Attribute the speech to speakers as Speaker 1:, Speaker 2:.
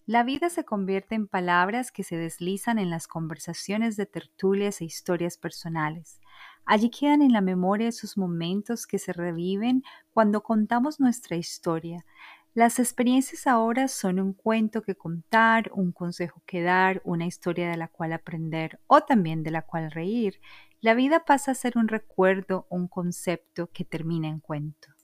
Speaker 1: La vida se convierte en palabras que se deslizan en las conversaciones de tertulias e historias personales. Allí quedan en la memoria esos momentos que se reviven cuando contamos nuestra historia. Las experiencias ahora son un cuento que contar, un consejo que dar, una historia de la cual aprender o también de la cual reír. La vida pasa a ser un recuerdo, un concepto que termina en cuento.